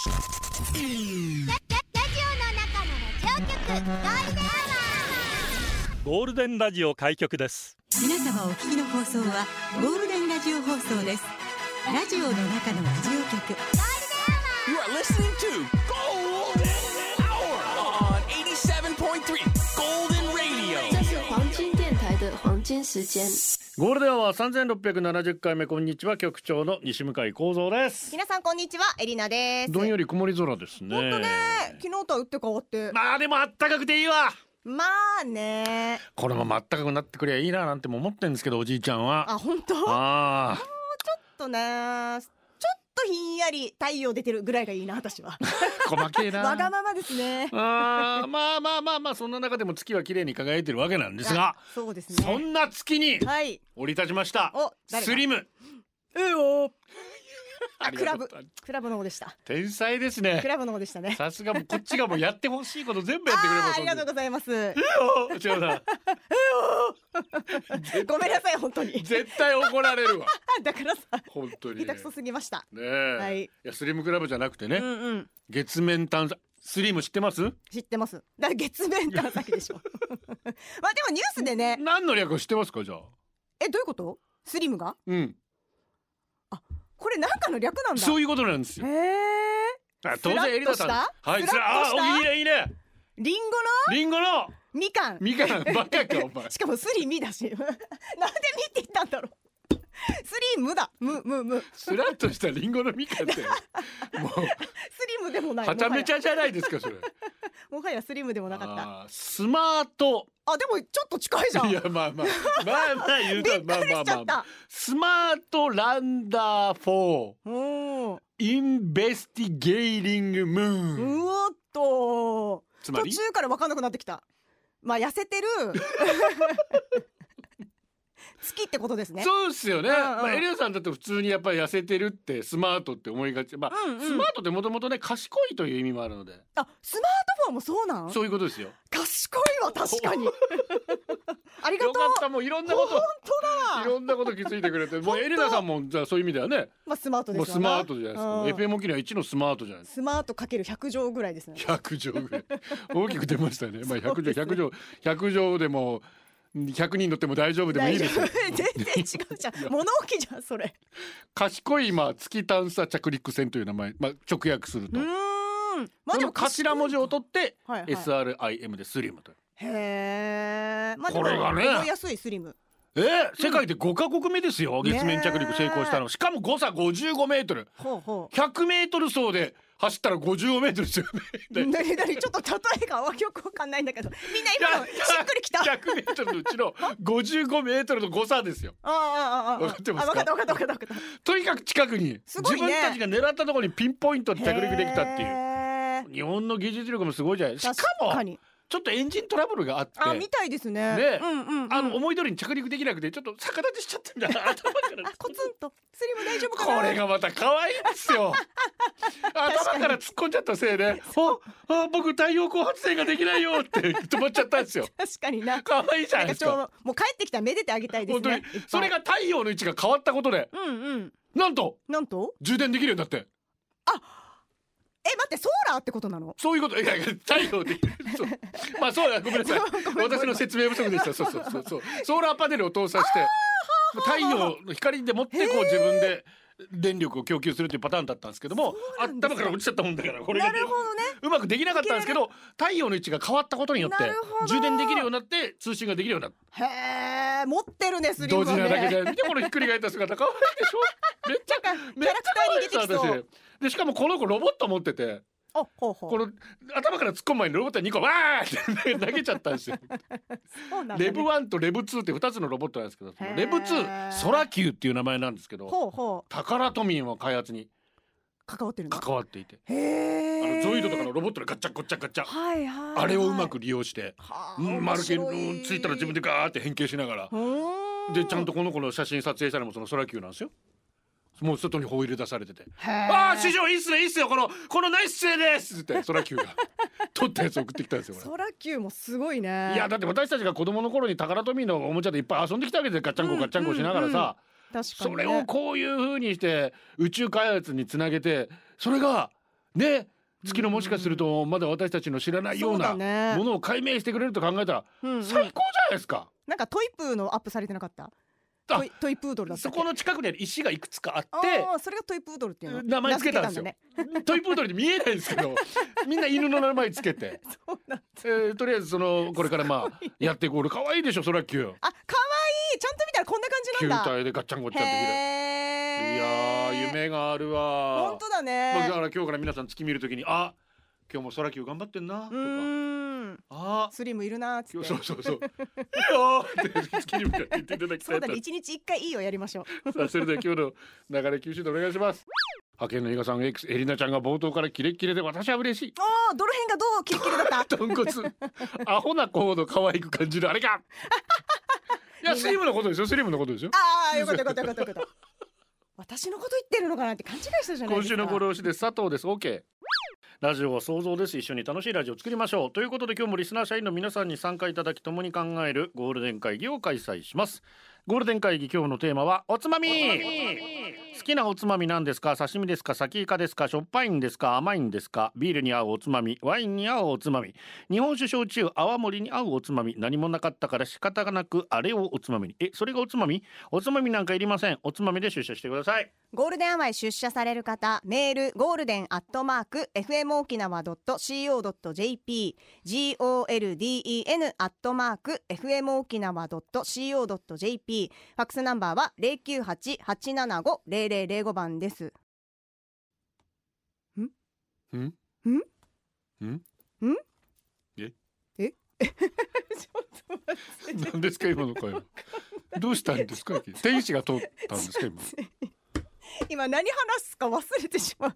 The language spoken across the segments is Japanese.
ゴールデンラジオ開局です。 皆様お聞きの放送はゴールデンラジオ放送です。ラジオの中のラジオ局 You are listening to Golden Hour on 87.3 Golden Radio。 这是黄金電台的黄金時間。 ゴールデンアワー3670回目、こんにちは、局長の西向井光三です。 皆さんこんにちは、エリナです。 どんより曇り空ですね。 ほんとね、昨日とは打って変わって、 まあでもあったかくていいわ。 まあね、 このままあったかくなってくりゃいいななんても思ってるんですけど、おじいちゃんは。 あ、本当？ ああ、 ちょっとね、ちょっとひんやり太陽出てるぐらいがいいな、私は。 細けえな。 わがままですね。 まあそんな中でも月は綺麗に輝いてるわけなんですが、 そうですね。 そんな月に降り立ちました、スリム。 クラブの方でした。 天才ですね。 クラブの方でしたね。 さすが、もうこっちがもうやってほしいこと全部やってくれます。 ありがとうございます。 違うな。 ごめんなさい、本当に。 絶対怒られるわ。 だからさ、 本当に下手くそすぎましたねえ、 はい、 いやスリムクラブじゃなくてね、月面探査スリム知ってます？ 知ってます。だから月面探査機でしょ。まあでもニュースでね。 何の略を知ってますか？じゃあどういうこと？スリムが？あ、これなんかの略なんだ。 そういうことなんですよ。当然エリナさん、はい、いいね。 リンゴのみかんバカかお前。 しかもスリミだし。なんでみって言ったんだろう。スリムだ。む。 スラッとしたリンゴのみかんってもうスリムでもない。 はちゃめちゃじゃないですかそれ。 もはやスリムでもなかった。 スマート。 あ、でもちょっと近いじゃん。 いやまあ言うとまあスマートランダー4インベスティゲイリングムーン。 うおっと、 つまり途中から分かんなくなってきた。まあ痩せてる月ってことですね。 そうですよね。エリナさんだって普通にやっぱり痩せてるってスマートって思いがち。スマートってもともとね、賢いという意味もあるので。 あ、スマートフォンもそうなん？ そういうことですよ。 賢いわ、確かに。ありがとう。 よかった。もういろんなこと本当だ、 いろんなこと気づいてくれて、もうエリナさんもじゃあそういう意味ではね、 スマートですよね。 もうスマートじゃないですか。FM 沖縄1のスマートじゃないですか。 スマートかける100乗ぐらいですね。 100乗ぐらい大きく出ましたね。まあ100乗でも100人乗っても大丈夫でもいいですよ。 全然違うじゃん。物置じゃんそれ。 賢い月探査着陸船という名前、直訳すると、その頭文字を取ってSRIM でスリムと。 へー、 これがね、 覚えやすいスリム。 世界で5カ国目ですよ、月面着陸成功したの。しかも誤差55メートル。100メートル走で走ったら55メートルですよね。 ちょっと例えがよくわかんないんだけど、みんな今のしっくりきた。 100メートルのうちの55メートルの誤差ですよ。分かってますか？分かった。とにかく近くに、自分たちが狙ったところにピンポイントで着陸できたっていう。日本の技術力もすごいじゃない。しかもちょっとエンジントラブルがあって、 みたいですね。 で、思い通りに着陸できなくて、ちょっと逆立ちしちゃったんだ。頭からコツンと。スリム大丈夫かな。 これがまた可愛いんですよ。頭から突っ込んじゃったせいで、僕太陽光発電ができないよって止まっちゃったんですよ。 確かにな。 可愛いじゃないですか。 もう帰ってきたらめでてあげたいですね。 本当にそれが太陽の位置が変わったことで、なんと充電できるようになって。 待って、ソーラーってことなの？ そういうこと。いや太陽でまあそうだ、ごめんなさい。私の説明不足でした。そうソーラーパネルを搭載して太陽の光でもってこう自分で電力を供給するっていうパターンだったんですけども、頭から落ちちゃったもんだから、これがうまくできなかったんですけど、太陽の位置が変わったことによって充電できるようになって通信ができるようになった。 へー、持ってるね、スリムはね。 同時なだけじゃない。見てこのひっくり返った姿、可愛いでしょ。めっちゃキャラクターに出てきそう。でしかもこの子ロボット持ってて、この頭から突っ込む前にロボット2個わーって投げちゃったんですよ。レブ1とレブ2って2つのロボットなんですけど、レブ2ソラキューっていう名前なんですけど、タカラトミンは開発に関わっていて、ゾイドとかのロボットでガッチャガッチャガッチャ、あれをうまく利用して丸けついたら自分でガーって変形しながらで、ちゃんとこの子の写真撮影したのもそのソラキューなんですよ。もう外にホイール出されてて、師匠いいっすよ、このナイス姿勢ですってソラキューが撮ったやつ送ってきたんですよ。 ソラキューもすごいね。 いやだって私たちが子供の頃にタカラトミーのおもちゃでいっぱい遊んできたわけで、ガッチャンコガッチャンコしながらさ、それをこういう風にして宇宙開発につなげて、それがで月のもしかするとまだ私たちの知らないようなものを解明してくれると考えたら最高じゃないですか。 なんかトイプーのアップされてなかった？トイプードルだったっけ？ そこの近くにある石がいくつかあってそれがトイプードルっていうの名前つけたんですよ。トイプードルに見えないんですけどみんな犬の名前つけてそうなんとりあえずこれからまあやっていこう。可愛いでしょそらキュー。 あ、可愛い。ちゃんと見たらこんな感じなんだ。 球体でガッチャンゴッチャンっていやー夢があるわ。 本当だね。 だから今日から皆さん月見るときに今日も空キュー頑張ってんなとかスリムいるなっつってそういやーって月に向かって言っていただきたいと。 そうだね、1日1回いいよやりましょう。 さあそれでは今日の流れ九州でお願いします。派遣の伊賀さん X エリナちゃんが冒頭からキレッキレで私は嬉しい。 どの辺がどうキレッキレだった豚骨アホなコード可愛く感じるあれかいやスリムのことですよ。スリムのことですよ。 よかった私のこと言ってるのかなって勘違いしたじゃないですか。 今週のご老師です。佐藤です。 OK。ラジオは想像です。一緒に楽しいラジオを作りましょうということで今日もリスナー社員の皆さんに参加いただき共に考えるゴールデン会議を開催します。ゴールデン会議今日のテーマはおつまみ。好きなおつまみなんですか？刺身ですか？サキイカですか？しょっぱいんですか？甘いんですか？ビールに合うおつまみ、ワインに合うおつまみ、日本酒焼酎泡盛に合うおつまみ、何もなかったから仕方がなくあれをおつまみに。それがおつまみ？おつまみなんかいりません。おつまみで出社してください。 ゴールデンアワー出社される方、メールゴールデン@fmokinawa.co.jp golden@fmokinawa.co.jp ファックスナンバーは 098-875-0005 番です。 何ですか今の会話。どうしたんですか？天使が通ったんですか今何話すか忘れてしま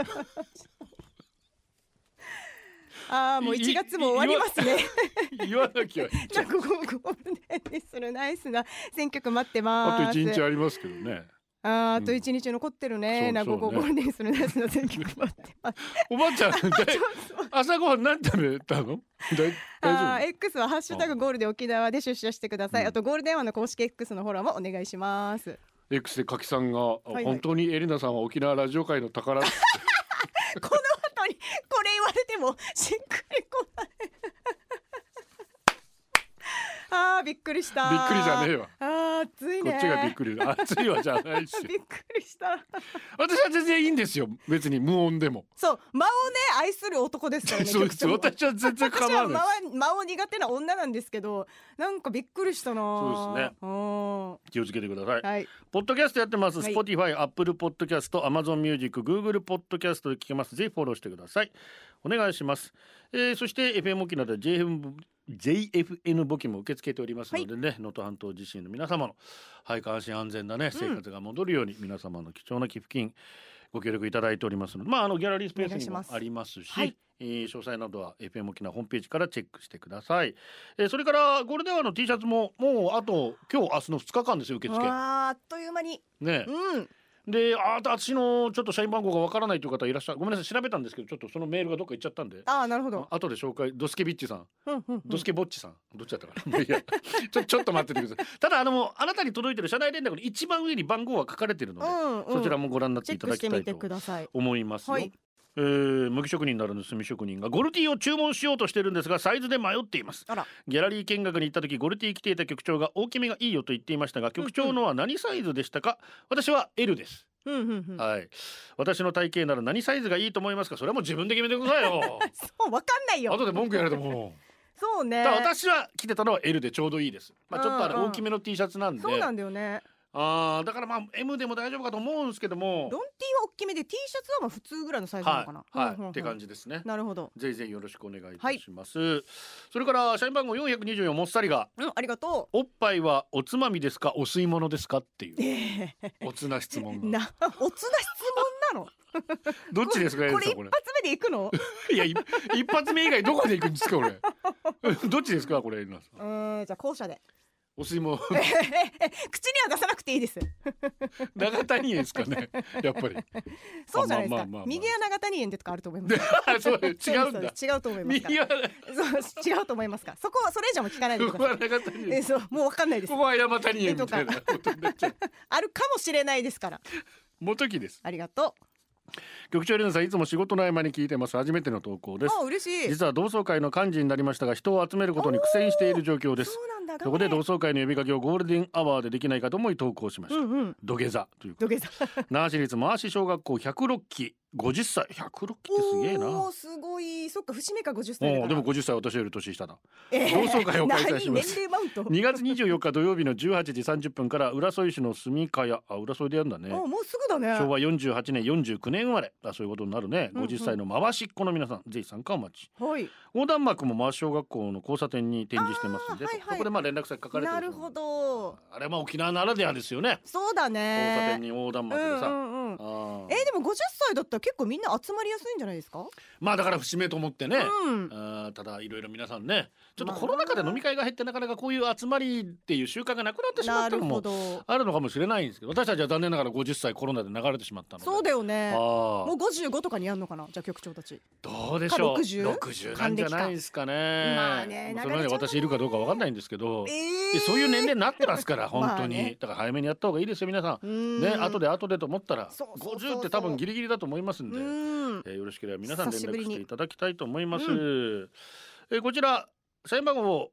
ったもう1月も終わりますね言わなきゃいいじゃん。 ゴールデンにするナイスな選曲待ってます。 あと1日ありますけどね。 あと1日残ってるね。ゴールデンにするナイスな選曲待ってます。 おばあちゃん朝ごはん何食べたの ？X はハッシュタグゴールデン沖縄で出社してください。あとゴールデンワンの公式 X のフォローもお願いします。 X で柿さんが、本当にエリナさんは沖縄ラジオ界の宝この後にこれ言われてもしっくりこないびっくりした。 びっくりじゃねえわ。 暑いね。 こっちがびっくりだ。暑いわじゃないしびっくりした。 私は全然いいんですよ。別に無音でも。 そう間をね愛する男ですからね。 そうです。私は全然構わない。 間を苦手な女なんですけど、なんかびっくりしたな。 そうですね。気をつけてください。 はい。 ポッドキャストやってます。Spotify、Apple Podcast、Amazon Music、Google Podcast で聞けます。ぜひフォローしてください。お願いします。そして FM 沖縄で JFN 募金も受け付けておりますのでね、能登半島地震の皆様の安心安全なね生活が戻るように、皆様の貴重な寄付金ご協力いただいておりますので、ギャラリースペースにもありますし、詳細などは FM 沖縄ホームページからチェックしてください。それからゴールデンワンの T シャツももうあと今日明日の2日間ですよ受付。 あっという間にね。で私のちょっと社員番号がわからないという方いらっしゃる。ごめんなさい調べたんですけどちょっとそのメールがどっか行っちゃったんで。 なるほど。 後で紹介。ドスケビッチさん、ドスケボッチさんどっちだったかな。いやちょっと待っててください。ただあなたに届いてる社内連絡の一番上に番号が書かれてるので、そちらもご覧になっていただきたいと思いますよ。麦職人ならぬ炭職人がゴルティを注文しようとしてるんですがサイズで迷っています。ギャラリー見学に行った時ゴルティ着ていた局長が大きめがいいよと言っていましたが、局長のは何サイズでしたか？私は L です。はい、私の体型なら何サイズがいいと思いますか？それはもう自分で決めてくださいよ。 そう分かんないよ。 後で文句やられてもそうね。 私は着てたのは L でちょうどいいです。ちょっと大きめの T シャツなんで。 そうなんだよね。 だから M でも大丈夫かと思うんですけども、 ロン T は大きめで T シャツは普通ぐらいのサイズなのかな。 って感じですね。 なるほど。 ぜひぜひよろしくお願いいたします。それから社員番号424もっさりが、 ありがとう。おっぱいはおつまみですかお吸い物ですかっていうおつな質問が。 おつな質問なの？ どっちですか？ これ一発目で行くの？ いや一発目以外どこで行くんですかこれ。どっちですかこれ。じゃあ後者で。 お吸い物口には出さなくていいです。 長谷園ですかねやっぱり。 そうじゃないですか。右は長谷園ってとかあると思います。 そう違うんだ。 違うと思います。右はそう違うと思いますか。そこはそれ以上も聞かないでください。 ここは長谷園。 そうもう分かんないです。 ここは山谷園みたいなことになっちゃう。 あるかもしれないですから。 元木です。 ありがとう。 局長エレナさん、いつも仕事の合間に聞いてます。初めての投稿です。 嬉しい。 実は同窓会の幹事になりましたが、人を集めることに苦戦している状況です。そこで同窓会の呼びかけをゴールデンアワーでできないかと思い投稿しました。土下座ということで、那覇市立真足小学校106期50歳。106期ってすげえな。 すごい。そっか、節目か50歳だから。 でも50歳私より年下だ。同窓会を開催します。2月24日土曜日の18時30分から浦添市の住家屋。浦添でやるんだね。 もうすぐだね。 昭和48年49年生まれ。そういうことになるね。50歳の回しっ子の皆さん、ぜひ参加お待ち。横断幕も真足小学校の交差点に展示してますので、そこで連絡先書かれてる。 なるほど。 あれ沖縄ならではですよね。 そうだね。 交差点に横断幕でさ。 でも50歳だったら結構みんな集まりやすいんじゃないですか。 だから節目と思ってね。ただいろいろ皆さんね、ちょっとコロナ禍で飲み会が減ってなかなかこういう集まりっていう習慣がなくなってしまったのもあるのかもしれないんですけど、私たちは残念ながら50歳コロナで流れてしまったので。 そうだよね。もう55とかにやるのかな。じゃあ局長たちどうでしょう。60なんじゃないですかね。そのように私いるかどうかわかんないんですけど、そういう年齢になってますから本当に。だから早めにやった方がいいですよ皆さんね。後でと思ったら50って多分ギリギリだと思いますんで、よろしければ皆さん連絡していただきたいと思います。こちら社員番号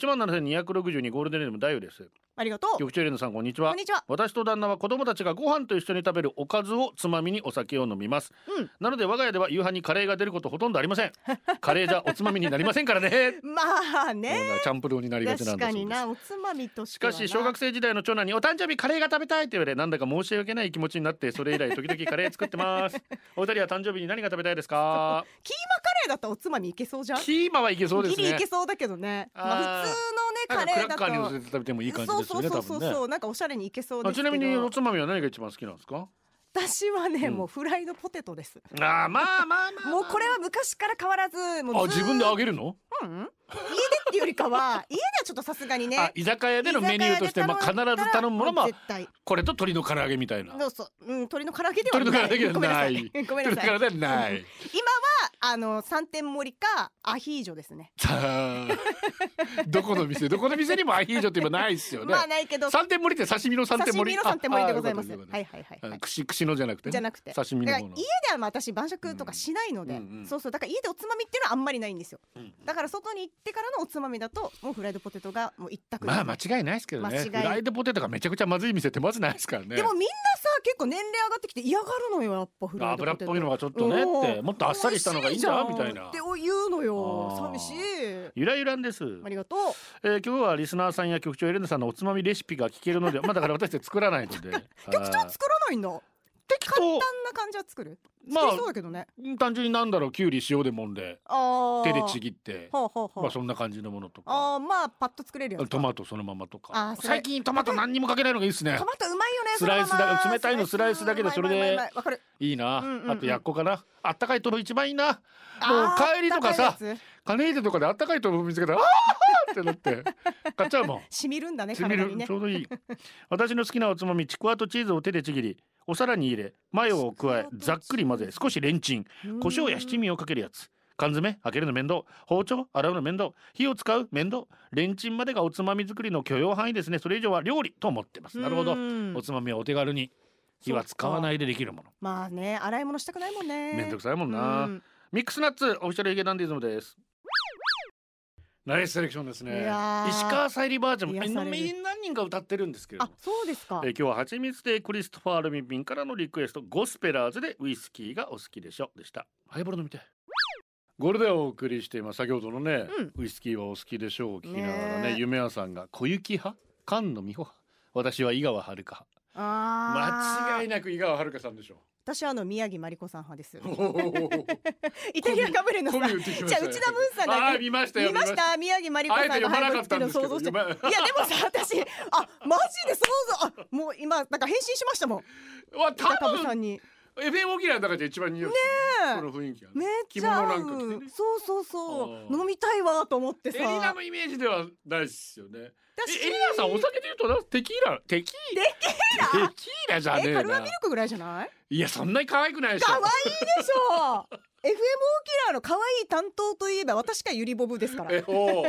17262ゴールデンネームダイオです。 ありがとう。 局長エレナさん、こんにちは。私と旦那は子供たちがご飯と一緒に食べるおかずをつまみにお酒を飲みます。なので我が家では夕飯にカレーが出ることほとんどありません。カレーじゃおつまみになりませんからね。 まあね、 チャンプルーになりがちなんだそうです。 確かにな、おつまみとしてはな。しかし小学生時代の長男にお誕生日カレーが食べたいと言われ、なんだか申し訳ない気持ちになって、それ以来時々カレー作ってますお二人は誕生日に何が食べたいですか？ キーマカレーだったらおつまみいけそうじゃん。 キーマはいけそうですね。 ギリいけそうだけどね。普通のねカレーだとクラッカーに乗せて食べてもいい感じですよね。 そうなんかおしゃれにいけそうですけど。 ちなみにおつまみは何が一番好きなんですか？ 私はね、もうフライドポテトです。 まあもうこれは昔から変わらず、もう自分で揚げるの？ 家でっていうよりかは家ではちょっとさすがにね、 居酒屋でのメニューとして必ず頼むものもこれと鶏の唐揚げみたいな。 鶏の唐揚げではない。 鶏の唐揚げではない。 ごめんなさい。 鶏の唐揚げではない。 今は3点盛りかアヒージョですね。 どこの店にもアヒージョって今ないですよね。 ないけど 3点盛りって刺身の3点盛り。 刺身の3点盛りでございます。 串のじゃなくて刺身の方の。 家では私晩酌とかしないので、だから家でおつまみっていうのはあんまりないんですよ。だから外に行ってからのおつまみだともうフライドポテトがもう一択。 間違いないですけどね。フライドポテトがめちゃくちゃまずい店ってまずないですからね。 でもみんなさ、結構年齢上がってきて嫌がるのよ、やっぱフライドポテト。 油っぽいのがちょっとねって、もっとあっさりしたのがいいんじゃんみたいなって言うのよ。寂しい。 ゆらゆらんです。 ありがとう。今日はリスナーさんや局長エレナさんのおつまみレシピが聞けるので、だから私たち作らないので。 局長作らないんだ。 適当。 簡単な感じは作る。そうだけどね。 単純にきゅうり塩で揉んで手でちぎって、そんな感じのものとか。 パッと作れるやつ。 トマトそのままとか。最近トマト何にもかけないのがいいですね。 トマトうまいよね。 スライスだ、冷たいのスライスだけでそれでいいな。あとやっこかな。あったかい豆腐一番いいな。もう帰りとかさ、カネーテとかであったかい豆腐見つけたらってなって買っちゃうもん。 染みるんだね、体にね。 ちょうどいい。私の好きなおつまみ、ちくわとチーズを手でちぎりお皿に入れマヨを加えざっくり混ぜ少しレンチン、胡椒や七味をかけるやつ。缶詰開けるの面倒、包丁洗うの面倒、火を使う面倒、レンチンまでがおつまみ作りの許容範囲ですね。それ以上は料理と思ってます。なるほど。おつまみはお手軽に火は使わないでできるもの。 まあね、洗い物したくないもんね。 めんどくさいもんな。ミックスナッツオフィシャルヒゲダンディズムです。ナイスセレクションですね。石川さゆりバージョン何人か歌ってるんですけど。 そうですか。 今日ははちみつでクリストファー・ルミピンからのリクエスト、ゴスペラーズでウイスキーがお好きでしょでした。ハイボール飲みたい。ゴールデンをお送りしています。先ほどのね、ウイスキーはお好きでしょうを聞きながらね、夢屋さんが小雪派、菅野美穂派、私は井川遥派。間違いなく井川遥さんでしょう。 私は宮城まりこさん派です。イタリアかぶれのさ、じゃあ内田ムーンさんが見ましたよ。 宮城まりこさんが入ってるの想像して。いやでもさ、私マジで想像、もう今なんか返信しましたもん。多分さんに。 FM 沖縄の中で一番似合う。ねえ。この雰囲気が。 めっちゃ合う。そう飲みたいわと思ってさ。 エリナのイメージではないですよね。エリナさんお酒で言うとテキーラじゃねえな。 カルアミルクぐらいじゃない？ いやそんなに可愛くないでしょ。 可愛いでしょ。FM 沖縄の可愛い担当といえば私かゆりボブですから。ノ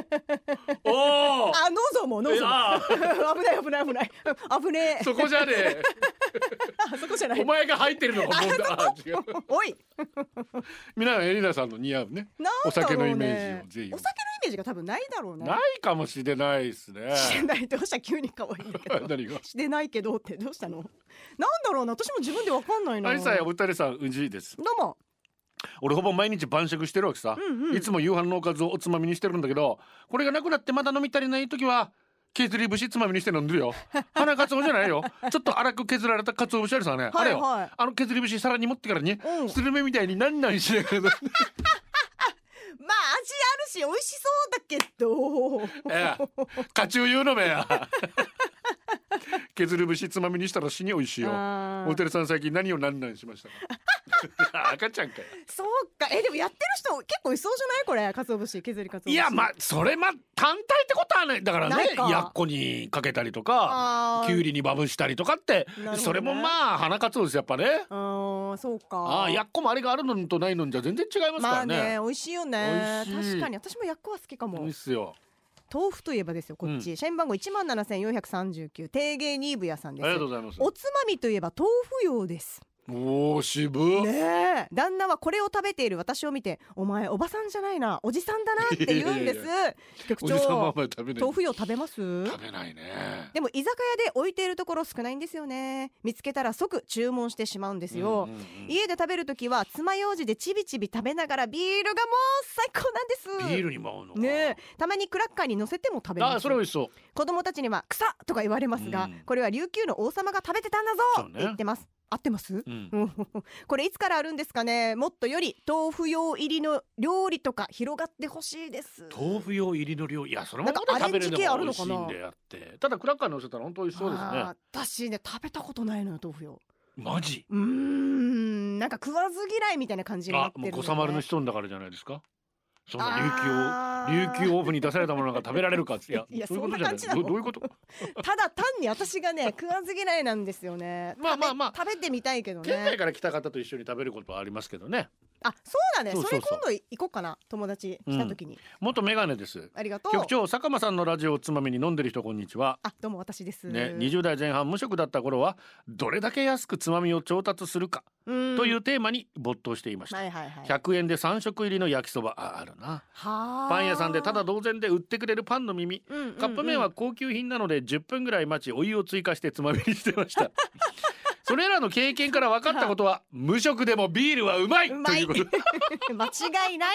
ゾも危ない危ねえ。 そこじゃねえ。 そこじじゃない。 お前が入ってるのが問題。あ、違う。 おい。 皆さんエリナさんの似合うね。お酒のイメージをぜひ。 お酒のイメージが多分ないだろうね。 ないかもしれないですね。 してない。どうした急に可愛いんだけど。 何が？ してないけどってどうしたの？なんだろうな。私も自分でわかんないな。 ありさやお二人さん、うじいです。 どうも。 俺ほぼ毎日晩酌してるわけさ、いつも夕飯のおかずをおつまみにしてるんだけど、これがなくなってまだ飲み足りない時は削り節つまみにして飲んでるよ。花かつおじゃないよ。ちょっと粗く削られたかつお節あるさね、あれよ、削り節皿に持ってからに、スルメみたいに何々しながらまあ味あるし美味しそうだけど、 カチュウ言うのめや。削り節つまみにしたら死に美味しいよ。おてるさん最近何を何々しましたか？赤ちゃんかよ。 そうか。でもやってる人結構いそうじゃないこれ、鰹節削り鰹節。 いやそれ単体ってことはね、だからね、やっこにかけたりとかきゅうりにまぶしたりとかって、それも花かつおですやっぱね。 そうか。 やっこもあれがあるのとないのじゃ全然違いますからね。 美味しいよね。確かに私もやっこは好きかも。 美味しいよ。 豆腐といえばですよ、こっち、社員番号17439、定芸ニーブ屋さんです。 ありがとうございます。 おつまみといえば豆腐用です。 おー、渋ね。旦那はこれを食べている私を見て、お前おばさんじゃないな、おじさんだなって言うんです。局長、豆腐用食べます？ 食べないね。 でも居酒屋で置いているところ少ないんですよね。見つけたら即注文してしまうんですよ。家で食べるときは爪楊枝でちびちび食べながらビールがもう最高なんです。 ビールにも合うのかね。たまにクラッカーに乗せても食べます。 それ美味しそう。 子供たちには草とか言われますが、これは琉球の王様が食べてたんだぞって言ってます。合ってます？これいつからあるんですかね。もっとより豆腐用入りの料理とか広がってほしいです。 豆腐用入りの料理、いやそれもまだ食べれるのも美味しいんであって、ただクラッカーに乗せたら本当美味しそうですね。 私ね食べたことないのよ豆腐用。 マジ？ なんか食わず嫌いみたいな感じになってるのね。 もう小さ丸の人だからじゃないですか。そんな琉球オーブンに出されたものが食べられるかって。いやそういうことじゃない。どういうこと？ ただ単に私がね食わず嫌いなんですよね。食べてみたいけどね。 県外から来た方と一緒に食べることはありますけどね。 そうだね。それ今度行こうかな、友達来た時に。 元メガネです。 ありがとう。 局長、坂間さんのラジオをつまみに飲んでる人こんにちは。 どうも私ですね。20代前半無職だった頃はどれだけ安くつまみを調達するかというテーマに没頭していました。100円で3食入りの焼きそばあるな。パン屋さんでただ同然で売ってくれるパンの耳、カップ麺は高級品なので10分ぐらい待ちお湯を追加してつまみにしてました。それらの経験から分かったことは無職でもビールはうまいということ。 間違いない。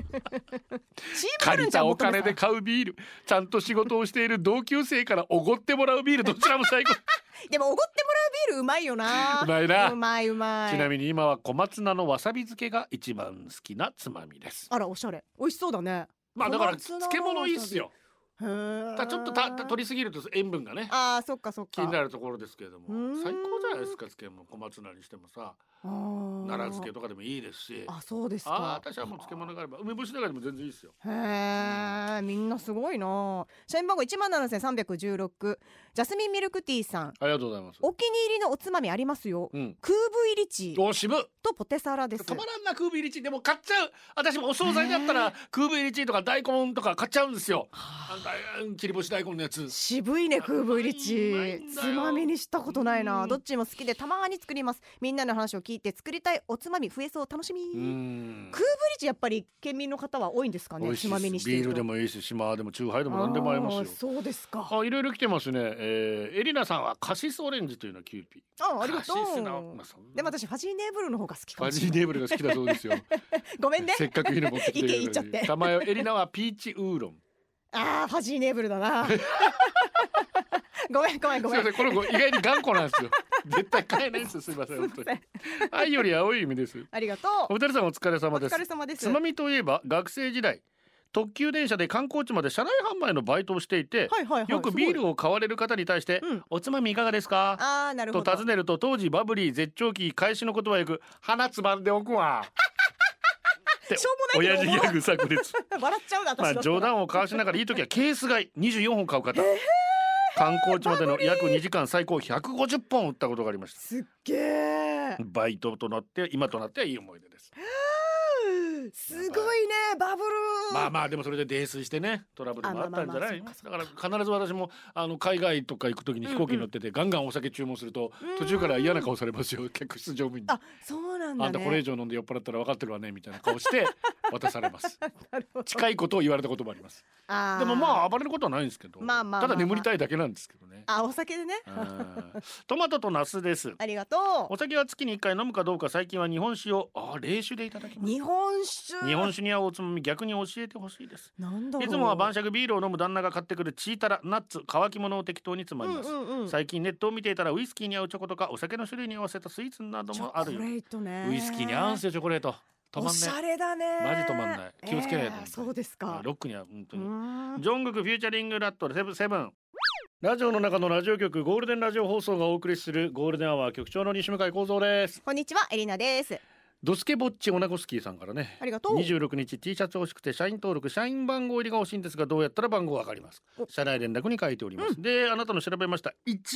借りたお金で買うビール、ちゃんと仕事をしている同級生からおごってもらうビール、どちらも最高。 でもおごってもらうビールうまいよな。 うまいな。 うまいうまい。 ちなみに今は小松菜のわさび漬けが一番好きなつまみです。 あらおしゃれ。美味しそうだね。 だから漬物いいっすよ。ちょっと取りすぎると塩分がね、 そっか気になるところですけれども、最高じゃないですか。漬物小松菜にしてもさ、奈良漬けとかでもいいですし。 そうですか。 私はもう漬物があれば梅干しとかでも全然いいですよ。 みんなすごいな。社員番号17316、ジャスミンミルクティーさん、 ありがとうございます。 お気に入りのおつまみありますよ。クーブイリチとポテサラです。 たまらんな、クーブイリチ。でも買っちゃう。私もお惣菜だったらクーブイリチとか大根とか買っちゃうんですよ。切り干し大根のやつ。 渋いね、クーブイリチ。つまみにしたことないな。どっちも好きでたまに作ります。みんなの話を聞いて作りたいおつまみ増えそう、楽しみ。クーブイリチやっぱり県民の方は多いんですかね。つまみにしてると。 ビールでもいいし、島でもチューハイでも何でも合いますよ。 そうですか。 いろいろ来てますね。エリナさんはカシスオレンジというのはキューピー。 ありがとう。でも私ファジーネーブルの方が好きかもしれない。 ファジーネーブルが好きだそうですよ。 ごめんね。 せっかくいいの持ってきて言っちゃって。 たまよエリナはピーチウーロン。 ファジーネーブルだな。ごめん。すいません、 これ意外に頑固なんですよ。絶対買えないんですよ。すいません。愛より青い意味です。 ありがとう。 お二人さんお疲れ様です。 お疲れ様です。 つまみといえば学生時代、特急電車で観光地まで車内販売のバイトをしていて、よくビールを買われる方に対して、おつまみいかがですかと尋ねると、当時バブリー絶頂期開始の言葉はよく鼻つまんでおくわって親父ギャグ炸裂。 笑っちゃうな、私。 冗談を交わしながらいい時はケース買い24本買う方、観光地までの約2時間最高150本売ったことがありました。 すっげー。 バイトとなって今となってはいい思い出です。 すごいね、バブル。 まあでもそれで泥酔してねトラブルもあったんじゃない。だから必ず私も海外とか行く時に飛行機に乗ってて、ガンガンお酒注文すると途中から嫌な顔されますよ、客室乗務員に。 そうなんだね。 あんたこれ以上飲んで酔っ払ったら分かってるわねみたいな顔して渡されます近いことを言われたこともあります。でもまあ暴れることはないんですけど、ただ眠りたいだけなんですけどね。 お酒でね。 トマトとナスです。 ありがとう。 お酒は月に1回飲むかどうか、最近は日本酒を冷酒でいただきます。日本酒に合うおつまみ、逆に教えてほしいです。なんだろう。いつもは晩酌ビールを飲む旦那が買ってくるチータラ、ナッツ、乾き物を適当につまみます。最近ネットを見ていたらウイスキーに合うチョコとかお酒の種類に合わせたスイーツなどもあるよ。ウイスキーに合うんですよ、チョコレート。おしゃれだね。マジ止まんない。気をつけないと。そうですか。ロックには本当に。ジョングクフューチャリングラットセブン。ラジオの中のラジオ局、ゴールデンラジオ放送がお送りするゴールデンアワー、局長の西向井光三です。 こんにちは、エリナです。 ドスケボッチオナコスキーさんからね、 ありがとう。 26日 T シャツ欲しくて社員登録、社員番号入りが欲しいんですが、どうやったら番号わかりますか。社内連絡に書いております。で、あなたの調べました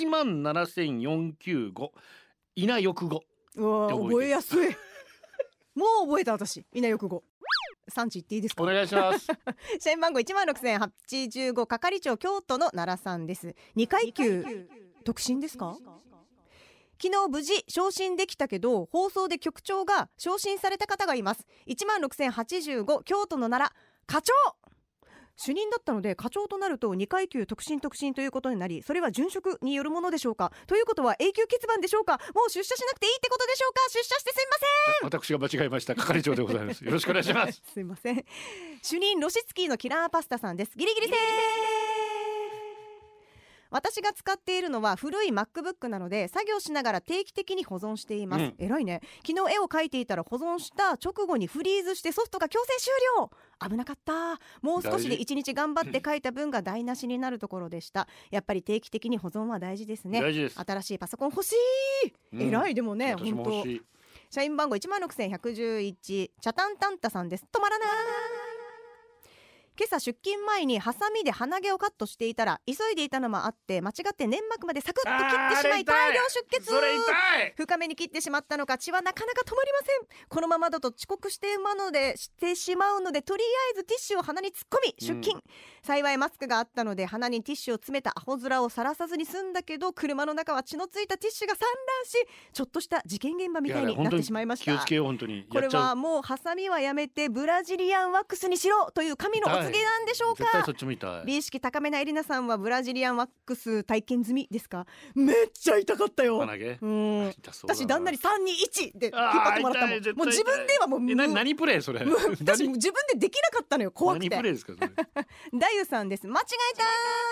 。17495稲翌語。覚えやすい。もう覚えた。私稲翌語産地言っていいですか。お願いします社員番号16085、係長、京都の奈良さんです。2階級独身ですか。昨日無事昇進できたけど、放送で局長が昇進された方がいます。16085、京都の奈良課長。主任だったので課長となると2階級特進ということになり、それは殉職によるものでしょうか。ということは永久欠番でしょうか。もう出社しなくていいってことでしょうか。出社してすいません。 私が間違えました。係長でございます。よろしくお願いしますすいません。主任ロシツキーのキラーパスタさんです。ギリギリセーフ。私が使っているのは古い MacBook なので、作業しながら定期的に保存しています。偉いね。昨日絵を描いていたら保存した直後にフリーズしてソフトが強制終了。危なかった。もう少しで1日頑張って書いた分が台無しになるところでした。やっぱり定期的に保存は大事ですね。 大事です。 新しいパソコン欲しい。偉い。でもね、本当。社員番号16111、チャタンタンタさんです。止まらない。今朝出勤前にハサミで鼻毛をカットしていたら、急いでいたのもあって間違って粘膜までサクッと切ってしまい大量出血。 それ痛い。 深めに切ってしまったのか、血はなかなか止まりません。このままだと遅刻してしまうので、とりあえずティッシュを鼻に突っ込み出勤。幸いマスクがあったので鼻にティッシュを詰めたアホ面をさらさずに済んだけど、車の中は血のついたティッシュが散乱し、ちょっとした事件現場みたいになってしまいました。 気をつけよう。本当にこれはもうハサミはやめてブラジリアンワックスにしろという神のお告げなんでしょうか。 絶対そっちも痛い。 美意識高めなエリナさんはブラジリアンワックス体験済みですか。めっちゃ痛かったよ。私旦那に321で引っ張ってもらったもん。もう自分ではもう何プレイそれ。 私自分でできなかったのよ、怖くて。 何プレイですかそれ。 ダユさんです。間違えた。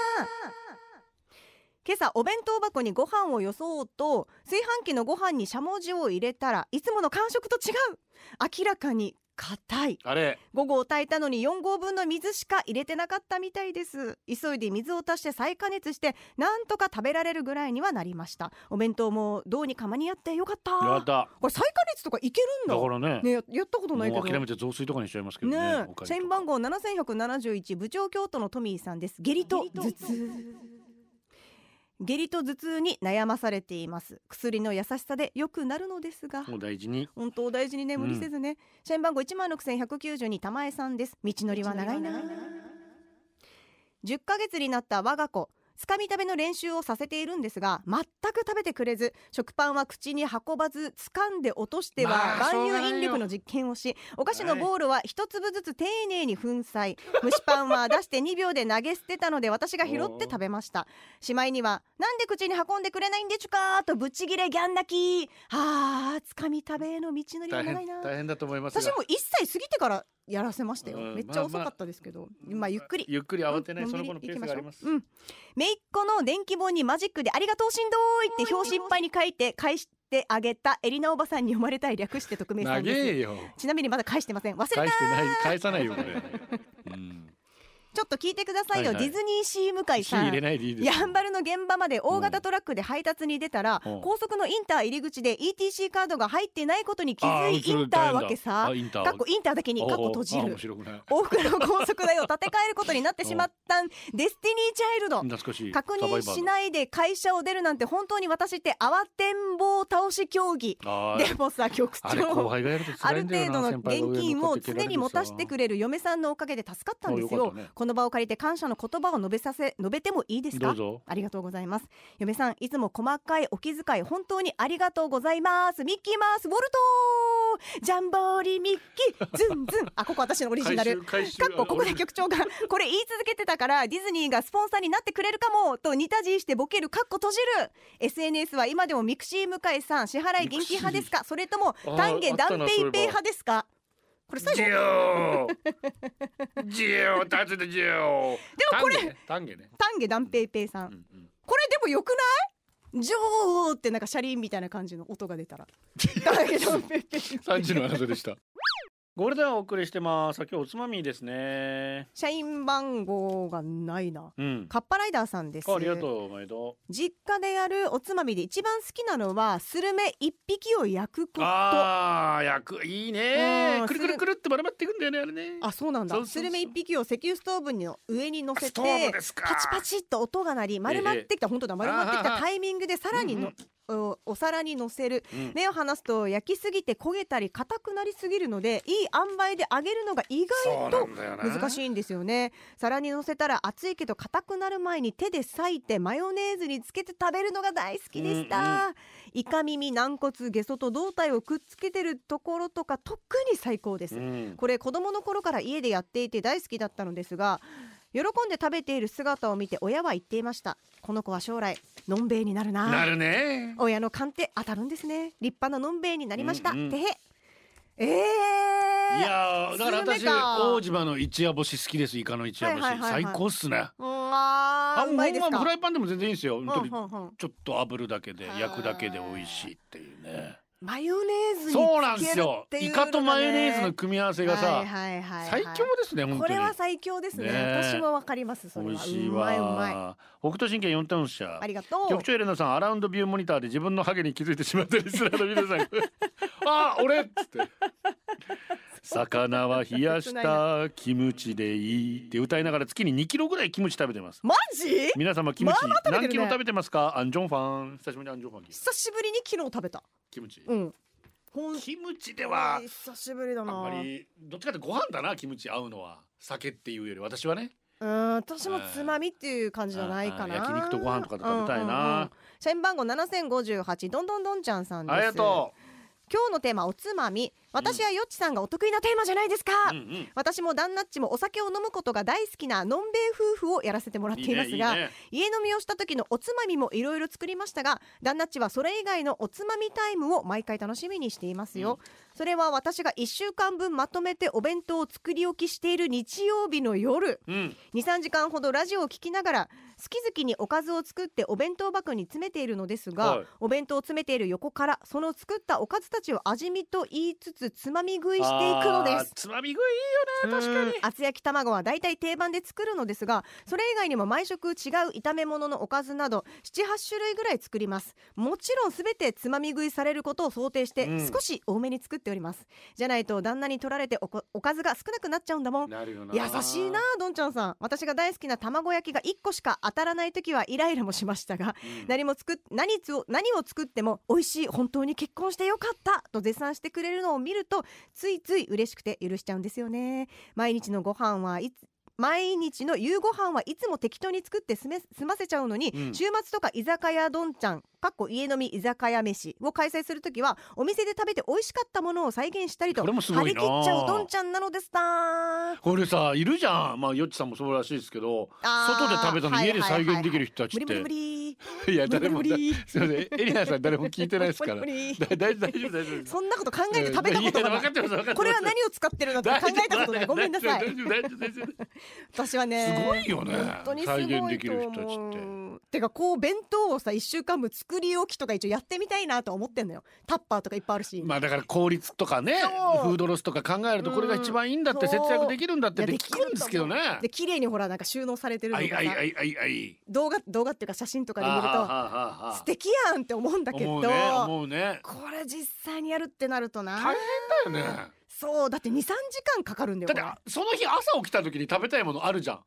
今朝お弁当箱にご飯をよそうと炊飯器のご飯にしゃもじを入れたら、いつもの感触と違う。明らかに硬い。 あれ、 5合炊いたのに4合分の水しか入れてなかったみたいです。急いで水を足して再加熱して、なんとか食べられるぐらいにはなりました。お弁当もどうにか間に合ってよかった。 やった。 これ再加熱とかいけるんだ。 だからね、 やったことないけど。 もう諦めて雑炊とかにしちゃいますけどね。 社員番号7171、部長京都のトミーさんです。下痢と頭痛。下痢と頭痛に悩まされています。薬の優しさで良くなるのですが、 お大事に。 本当お大事にね、無理せずね。社員番号16192、玉江さんです。道のりは長いな。10ヶ月になった我が子、つかみ食べの練習をさせているんですが、全く食べてくれず、食パンは口に運ばず、掴んで落としては万有引力の実験をし、お菓子のボールは一粒ずつ丁寧に粉砕。蒸しパンは出して2秒で投げ捨てたので、私が拾って食べました。しまいには、なんで口に運んでくれないんでちゅかとブチギレギャン泣き。つかみ食べへの道のりは長いな。 大変だと思いますが、 私も1歳過ぎてからやらせましたよ。めっちゃ遅かったですけど、ゆっくり慌てない、その子のペースがあります。 めいっ子の電気本にマジックでありがとうしんどいって表紙いっぱいに書いて返してあげたエリナおばさんに読まれたい、略して匿名さんです。ちなみにまだ返してません。忘れた。 返さないよこれ。 ちょっと聞いてくださいよ、 はいはい、 ディズニーシー向井さん、やんばるの現場まで大型トラックで配達に出たら、高速のインター入り口で ETC カードが入ってないことに気づい、インターわけさ、インターだけに閉じる、往復の高速代を立て替えることになってしまったんデスティニーチャイルド。確認しないで会社を出るなんて本当に私って慌てんぼう倒し競技でもさ、局長ある程度の現金を常に持たせてくれる嫁さんのおかげで助かったんですよ、ね、この場を借りて感謝の言葉を述べてもいいですか。ありがとうございます。嫁さん、いつも細かいお気遣い本当にありがとうございます。ミッキーマウスウォルトジャンボーリミッキーズンズンここ私のオリジナルここで局長がこれ言い続けてたからディズニーがスポンサーになってくれるかもと似た字してボケる閉じる。 SNS は今でもミクシー向井さん支払い現金派ですか、それとも丹下ダンペイペイ派ですか。これ最後ジオでもこれ丹下ダンペイペイさん、これでもよくない？ジョーってなんかシャリンみたいな感じの音が出たら 3時のあなたでした。ゴールデンお送りしてます。今日おつまみですね。 社員番号がないな、カッパライダーさんです。 ありがとう。毎度実家でやるおつまみで一番好きなのはスルメ一匹を焼くこと。 焼くいいね。くるくるくるって丸まっていくんだよね、あれね。 そうなんだ。スルメ一匹を石油ストーブの上に乗せてパチパチっと音が鳴り丸まってきた、本当だ、丸まってきたタイミングでさらにお皿に乗せる、目を離すと焼きすぎて焦げたり硬くなりすぎるのでいい塩梅で揚げるのが意外と難しいんですよね。皿に乗せたら熱いけど硬くなる前に手で裂いてマヨネーズにつけて食べるのが大好きでした、イカ耳、軟骨、ゲソと胴体をくっつけてるところとか特に最高です、これ子供の頃から家でやっていて大好きだったのですが、喜んで食べている姿を見て親は言っていました。この子は将来のんべえになるな。 なるね。 親の勘って当たるんですね。立派なのんべえになりました、てへ。 いやだから私大島の一夜干し好きです。イカの一夜干し、最高っすね。 うまいですか。 フライパンでも全然いいんですよ。本当にちょっと炙るだけで焼くだけで美味しいっていうね。 マヨネーズにつけるっていうそうなんですよ。イカとマヨネーズの組み合わせがさ、最強ですね。本当にこれは最強ですね。私もわかります。それは美味しいわ。 うまい。 北斗神拳4トン車、 ありがとう。 局長エレナさん、アラウンドビューモニターで自分のハゲに気づいてしまったリスナーの皆さん俺っつって魚は冷やしたキムチでいいって歌いながら月に2キロぐらいキムチ食べてます。 マジ？ 皆様キムチ何キロ食べてますか？アンジョンファン、久しぶりにアンジョンファン。 久しぶりに昨日食べたキムチ。 キムチでは久しぶりだな。 あんまりどっちかってご飯だな。キムチ合うのは酒っていうより私はね。 私もつまみっていう感じじゃないかな。 焼肉とご飯とかで食べたいな。 社員番号7058どんどんどんちゃんさんです。 ありがとう。 今日のテーマおつまみ。私はよっちさんがお得意なテーマじゃないですか、私も旦那っちもお酒を飲むことが大好きなのんべえ夫婦をやらせてもらっていますが、家飲みをした時のおつまみもいろいろ作りましたが、旦那っちはそれ以外のおつまみタイムを毎回楽しみにしていますよ、それは私が1週間分まとめてお弁当を作り置きしている日曜日の夜、2,3 時間ほどラジオを聞きながら好き好きにおかずを作ってお弁当箱に詰めているのですが、お弁当を詰めている横からその作ったおかずたちを味見と言いつつつまみ食いしていくのです。 つまみ食いいいよな。確かに厚焼き卵はだいたい定番で作るのですが、それ以外にも毎食違う炒め物のおかずなど 7,8 種類ぐらい作ります。もちろんすべてつまみ食いされることを想定して少し多めに作っております、じゃないと旦那に取られて おかずが少なくなっちゃうんだもん。優しいなどんちゃんさん。私が大好きな卵焼きが1個しか当たらない時はイライラもしましたが、何を作っても美味しい、本当に結婚してよかったと絶賛してくれるのを見るとついつい嬉しくて許しちゃうんですよね。毎日の夕ご飯はいつも適当に作って済ませちゃうのに、週末とか居酒屋どんちゃん家飲み居酒屋飯を開催するときはお店で食べて美味しかったものを再現したりと張り切っちゃうどんちゃんなのですな。 これさいるじゃん。よっちさんもそうらしいですけど、外で食べたの家で再現できる人たちって、いや誰もすいません、エリナさん誰も聞いてないですから大丈夫そんなこと考えて食べたことがない。これは何を使ってるのって考えたことない。ごめんなさい。 私はねすごいよね、 本当にすごいと思う。 再現できる人たちっててかこう弁当をさ1週間分作り置きとか一応やってみたいなと思ってんのよ。タッパーとかいっぱいあるし、 まあだから効率とかね、 そうフードロスとか考えるとこれが一番いいんだって、節約できるんだってできるんですけどね。 で綺麗にほらなんか収納されてるのとかさ、動画っていうか写真とかで見ると素敵やんって思うんだけど、 思うね。 これ実際にやるってなるとな、 大変だよね。 そうだって 2,3 時間かかるんだよ。 だってその日朝起きた時に食べたいものあるじゃん。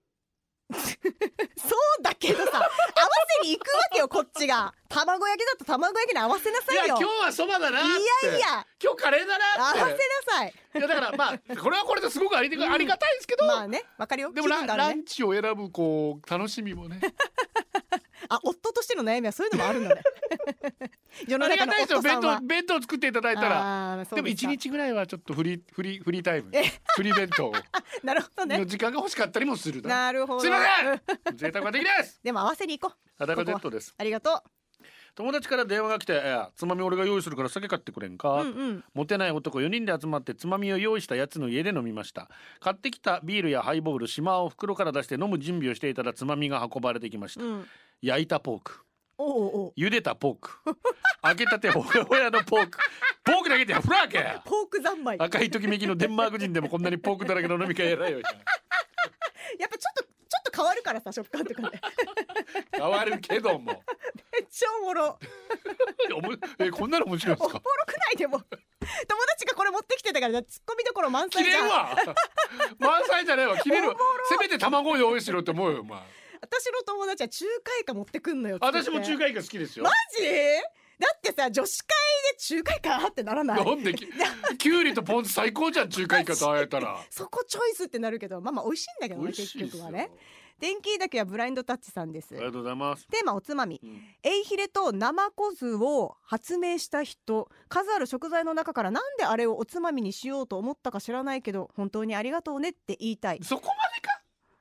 そうだけどさ、合わせに行くわけよこっちが。卵焼きだと卵焼きに合わせなさいよ。 いや今日はそばだなって、 いやいや今日カレーだなって合わせなさい。 いやだからまあこれはこれですごくありがたいですけど、 まあね、わかるよ。 でもランチを選ぶこう楽しみもねあ、夫としての悩みはそういうのもあるんだね世の中の夫さんは弁当作っていただいたら、でも1日ぐらいはちょっとフリータイムフリー弁当なるほどね、 の時間が欲しかったりもするなるほど。 すいません贅沢はできないです。 でも合わせに行こう。 裸ジェットです。 ありがとう。 友達から電話が来て、つまみ俺が用意するから酒買ってくれんか、モテない男4人で集まってつまみを用意したやつの家で飲みました。買ってきたビールやハイボール、島を袋から出して飲む準備をしていたらつまみが運ばれてきました、焼いたポーク、茹でたポーク揚げたてほやほやのポークだけでフラーケポーク三昧。 赤いときめきのデンマーク人でもこんなにポークだらけの飲み会やらよやっぱちょっと変わるからさ、食感とかね変わるけどもめっちゃおもろこんなの面白いですか。 おもろくない？でも友達がこれ持ってきてたからツッコミどころ満載じゃん。切れるわ満載じゃねえわ、切れるわ。せめて卵を用意しろって思うよお前。 私の友達は中華イカ持ってくんのよ。 私も中華イカ好きですよ。 マジ？だってさ、女子会で中華イカってならない？ なんできゅうりとポン酢最高じゃん中華イカと会えたらそこチョイスってなるけど、まあ美味しいんだけどね、結局はね。電気だけはブラインドタッチさんです。 ありがとうございます。 テーマおつまみ、エイヒレとナマコズを発明した人、数ある食材の中からなんであれをおつまみにしようと思ったか知らないけど本当にありがとうねって言いたい。 そこまでか。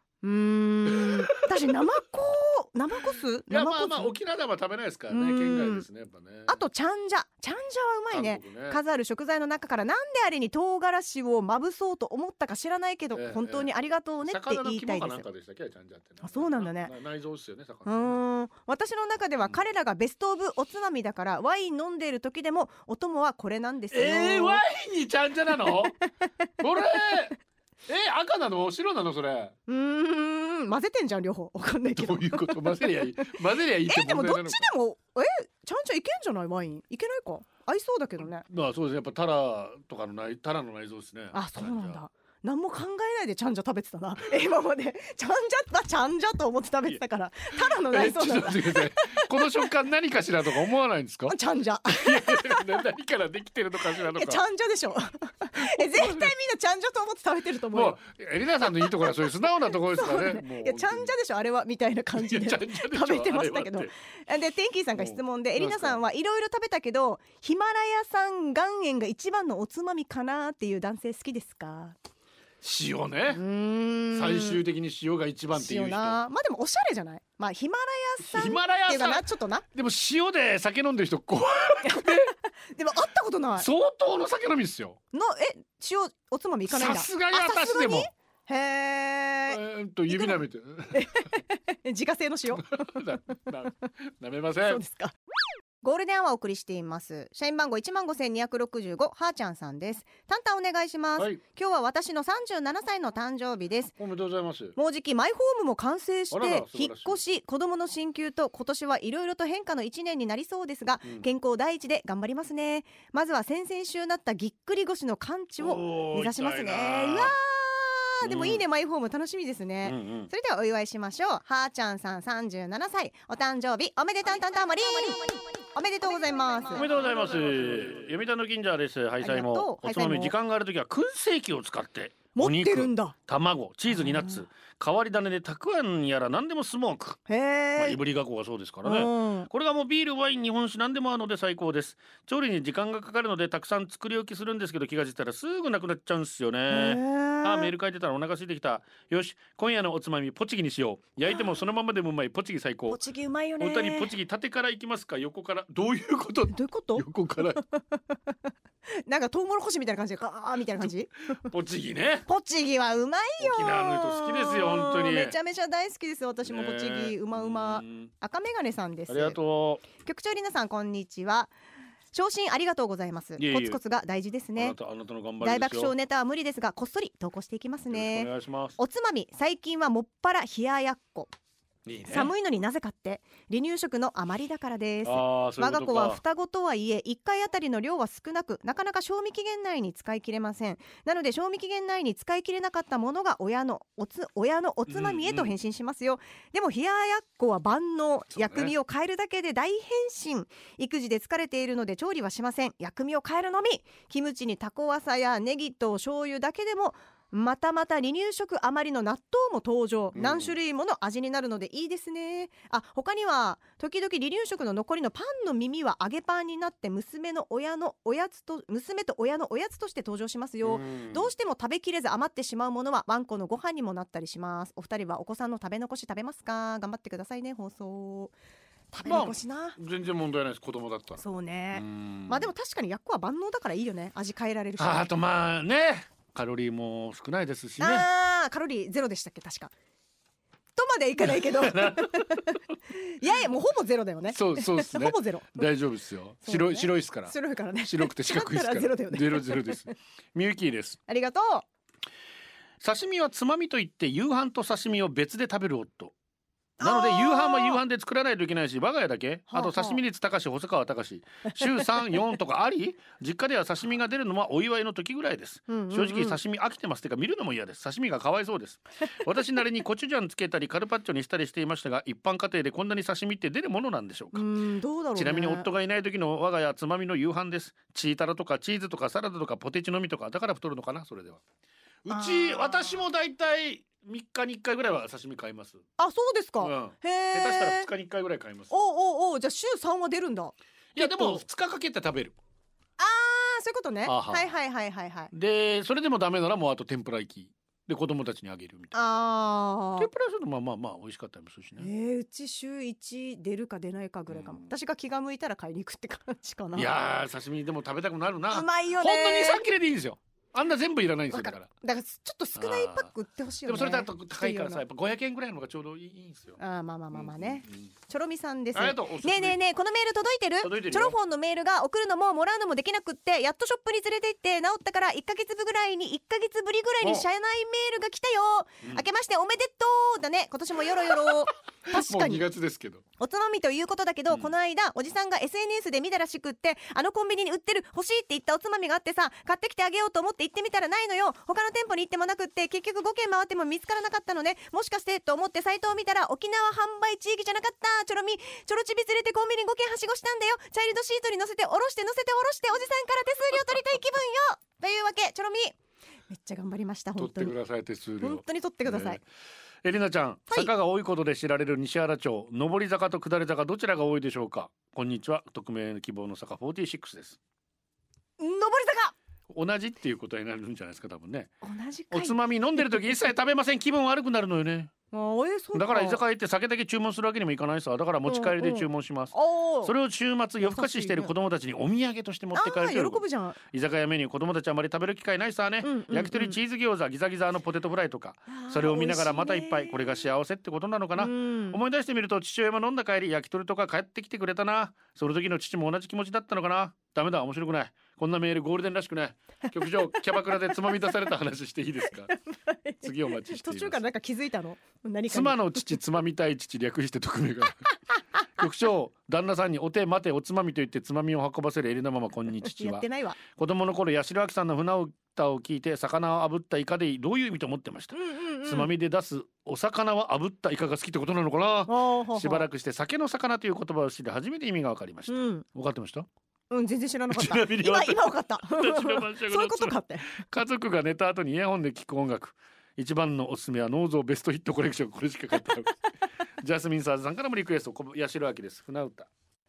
私ナマコス、 いやまあ沖縄では食べないですからね、県外ですねやっぱね。 あとチャンジャはうまいね。数ある食材の中からなんであれに唐辛子をまぶそうと思ったか知らないけど、本当にありがとうねって言いたいです。あ、そうなんだね。 内臓ですよね、魚。 私の中では彼らがベストオブおつまみだから、ワイン飲んでいる時でもお供はこれなんですよ。 ワインにチャンジャなのこれ赤なの白なのそれ。 混ぜてんじゃん両方。わかんないけど。 どういうこと？混ぜりゃいいって問題なのか。 でもどっちでもちゃんちゃいけんじゃない？ワインいけないか。合いそうだけどね。 まあそうですね、やっぱタラとかのタラの内臓ですね。 あ、そうなんだ。何も考えないでちゃんじゃ食べてたな今まで。ちゃんじゃと思って食べてたから、タラの内臓なんだ。 この食感何かしらとか思わないんですか？ ちゃんじゃ何からできてるのかしらとか。 ちゃんじゃでしょ絶対みんなちゃんじゃと思って食べてると思うよ。もうエリナさんのいいところはそういう素直なところですからね。 いやちゃんじゃでしょあれはみたいな感じで食べてましたけど。でテンキーさんが質問で、エリナさんはいろいろ食べたけどヒマラヤ産岩塩が一番のおつまみかなっていう男性好きですか？ 塩ね。最終的に塩が一番っていう人。 まあでもおしゃれじゃない？まあヒマラヤ産っていうかな、ちょっとな。 でも塩で酒飲んでる人怖くてでも会ったことない。 相当の酒飲みっすよ。 塩おつまみいかないんだ。 さすがに私でも。 へえ。 指舐めて自家製の塩舐めません。 そうですか。ゴールデンアワーお送りしています。社員番号15,265はーちゃんさんです。タンタンお願いします、今日は私の37歳の誕生日です。 おめでとうございます。 もうじきマイホームも完成して引っ越し、子供の進級と今年はいろいろと変化の1年になりそうですが、健康第一で頑張りますね。まずは先々週なったぎっくり腰の完治を目指しますね。うわー、でもいいね、マイホーム楽しみですね、それではお祝いしましょう。はーちゃんさん37歳お誕生日おめでとうたんたんまりおめでとうございます。 おめでとうございます。読谷の銀座です。ハイサイもおつまみ時間があるときは燻製機を使って持ってるんだ。 卵、チーズにナッツ、変わり種でたくあんやら何でもスモーク。いぶりがこがそうですからね。これがもうビール、ワイン、日本酒何でもあるので最高です。調理に時間がかかるのでたくさん作り置きするんですけど、気がついたらすぐなくなっちゃうんですよね。メール書いてたらお腹空いてきた。よし、今夜のおつまみポチギにしよう。焼いてもそのままでもうまい。ポチギ最高。 ポチギうまいよね。 お二人ポチギ縦からいきますか横から？どういうこと？ どういうこと？ 横からなんかトウモロコシみたいな感じでガーみたいな感じ。 ポチギね。 ポチギはうまいよ。 沖縄の人好きですよ本当に。 めちゃめちゃ大好きです私もポチギ、うまうま。赤メガネさんです。 ありがとう。局長りなさんこんにちは。昇進ありがとうございます。コツコツが大事ですね。 あなたの頑張りですよ。 大爆笑ネタは無理ですがこっそり投稿していきますね。 お願いします。 おつまみ最近はもっぱら冷ややっこ。 いいね、 寒いのになぜかって離乳食の余りだからです。 我が子は双子とはいえ1回あたりの量は少なくなかなか賞味期限内に使い切れません。なので賞味期限内に使い切れなかったものが親のおつまみへと変身しますよ、でも冷ややっこは万能、薬味を変えるだけで大変身。育児で疲れているので調理はしません。薬味を変えるのみ。キムチにタコワサやネギと醤油だけでもまた離乳食余りの納豆も登場、何種類もの味になるのでいいですね。他には時々離乳食の残りのパンの耳は揚げパンになって娘と親のおやつとして登場しますよ。どうしても食べきれず余ってしまうものはワンコのご飯にもなったりします。お二人はお子さんの食べ残し食べますか？頑張ってくださいね。放送食べ残しな、 全然問題ないです。子供だったら。 そうね。でも確かにやっこは万能だからいいよね。味変えられるし、 あとねカロリーも少ないですしね。 カロリーゼロでしたっけ確かとまではいかないけどいやもうほぼゼロだよね。 そうですね。 ほぼゼロ。 大丈夫ですよ。白いですから。 白いからね。 白くて四角いですから。 ゼロだよね。 ゼロです。みゆきです。 ありがとう。 刺身はつまみといって夕飯と刺身を別で食べる夫なので、夕飯は夕飯で作らないといけないし、我が家だけあと刺身率高し細川高し週3、4とかあり実家では刺身が出るのはお祝いの時ぐらいです。正直刺身飽きてます。てか見るのも嫌です。刺身がかわいそうです。私なりにコチュジャンつけたりカルパッチョにしたりしていましたが、一般家庭でこんなに刺身って出るものなんでしょうか。 どうだろうね。 ちなみに夫がいない時の我が家つまみの夕飯です。チータラとかチーズとかサラダとかポテチのみとか、だから太るのかな。それでは私もだいたい3日に1回ぐらいは刺身買います。 そうですか。 下手したら2日に1回ぐらい買います。 じゃあ週3は出るんだ。 いやでも2日かけて食べる。 そういうことね。はい。 でそれでもダメならもうあと天ぷら行きで子供たちにあげるみたいな。天ぷらするとまあ美味しかったりもするしね。 うち週1出るか出ないかぐらいかも。私が気が向いたら買いに行くって感じかな。 いや刺身でも食べたくなるな。 うまいよね。 本当に3切れでいいんですよ。あんな全部いらないんですよ。だからちょっと少ないパック売ってほしいよね。 でもそれだと高いからさ、やっぱ500円ぐらいのがちょうどいいんですよ。 まあね。チョロミさんです。 ねえこのメール届いてる？チョロフォンのメールが送るのももらうのもできなくって、やっとショップに連れて行って治ったから1ヶ月ぶりぐらいに社内メールが来たよ。明けましておめでとうだね。今年もよろよろ。確かにもう2月ですけど。 おつまみということだけど、この間おじさんが SNS で見たらしくって、コンビニに売ってる欲しいって言ったおつまみがあってさ、買ってきてあげようと思って行ってみたらないのよ。他の店舗に行ってもなくって、結局5軒回っても見つからなかったのね。もしかしてと思ってサイトを見たら沖縄販売地域じゃなかった。チョロチビ連れてコンビニ5軒はしごしたんだよ。チャイルドシートに乗せておろしておじさんから手数料取りたい気分よ。というわけチョロミめっちゃ頑張りました。本当に取ってください。手数料本当に取ってください。 エリナちゃん、坂が多いことで知られる西原町、上り坂と下り坂どちらが多いでしょうか。こんにちは、匿名希望の坂46です。 上り坂同じっていうことになるんじゃないですか多分ね。 同じかい。 おつまみ飲んでる時一切食べません。気分悪くなるのよね。だから居酒屋行って酒だけ注文するわけにもいかないさ。だから持ち帰りで注文します。それを週末夜更かししている子供たちにお土産として持って帰る。 喜ぶじゃん。 居酒屋メニュー子供たちあまり食べる機会ないさね。焼き鳥チーズ餃子ギザギザのポテトフライとか、それを見ながらまた一杯。これが幸せってことなのかな。思い出してみると父親も飲んだ帰り焼き鳥とか帰ってきてくれたな。その時の父も同じ気持ちだったのかな。ダメだ面白くない。こんなメールゴールデンらしくない。局長キャバクラでつまみ出された話していいですか。次お待ちしています。 途中からなんか気づいたの。 妻の父つまみたい父略して匿名が局長旦那さんにお手待ておつまみと言ってつまみを運ばせるエリナママこんにちは。子供の頃八代亜紀さんの船歌を聞いて魚を炙ったイカでどういう意味と思ってました。つまみで出すお魚は炙ったイカが好きってことなのかな。しばらくして酒の魚という言葉を知って初めて意味が分かりました。分かってました？ 全然知らなかった。今分かった。そういうことかって。 家族が寝た後にイヤホンで聴く音楽、一番のおすすめはノーゾーベストヒットコレクション。これしか買ってないジャスミンサーズさんからもリクエスト。八代亜紀です。船歌。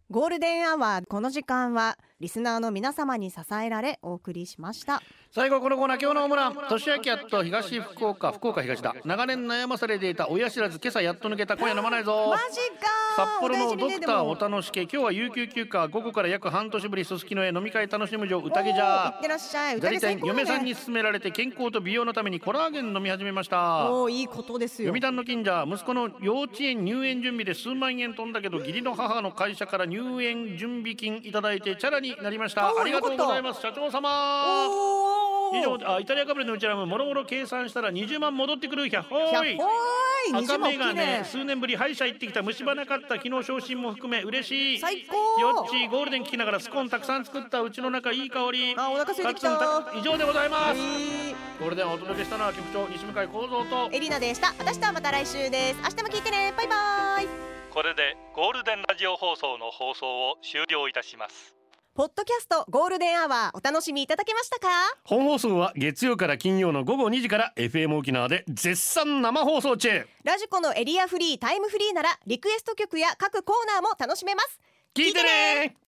ゴールデンアワー、この時間はリスナーの皆様に支えられお送りしました。 最後このコーナー、今日のホームラン。年明けやっと東福岡東だ。長年悩まされていた親知らず、今朝やっと抜けた。今夜飲まないぞ。 マジか。 札幌のドクターお楽しけ。今日は有給休暇、午後から約半年ぶり、すすきのへ飲み会楽しむ女宴じゃ。 いってらっしゃい。 左店、嫁さんに勧められて健康と美容のためにコラーゲン飲み始めました。 おー、いいことですよ。 読谷の近所、息子の幼稚園入園準備で数万円飛んだけど、義理の母の会社から入園準備金いただいてチャラになりました。ありがとうございます、社長様。以上、イタリアかぶれのうちらももろもろ計算したら20万戻ってくる。ひゃっほーい。赤目がね、数年ぶり歯医者行ってきた。虫歯なかった。昨日昇進も含め嬉しい。 最高。 よっちゴールデン聞きながらスコーンたくさん作った。うちの中いい香り。 あ、お腹空いてきた。 以上でございます。ゴールデンをお届けしたのは局長西向井光三とエリナでした。私とはまた来週です。明日も聞いてね。バイバイ。 これでゴールデンラジオ放送の放送を終了いたします。 ポッドキャストゴールデンアワー、お楽しみいただけましたか？ 本放送は月曜から金曜の午後2時から FM 沖縄で絶賛生放送中。 ラジコのエリアフリー、タイムフリーならリクエスト曲や各コーナーも楽しめます。 聞いてね。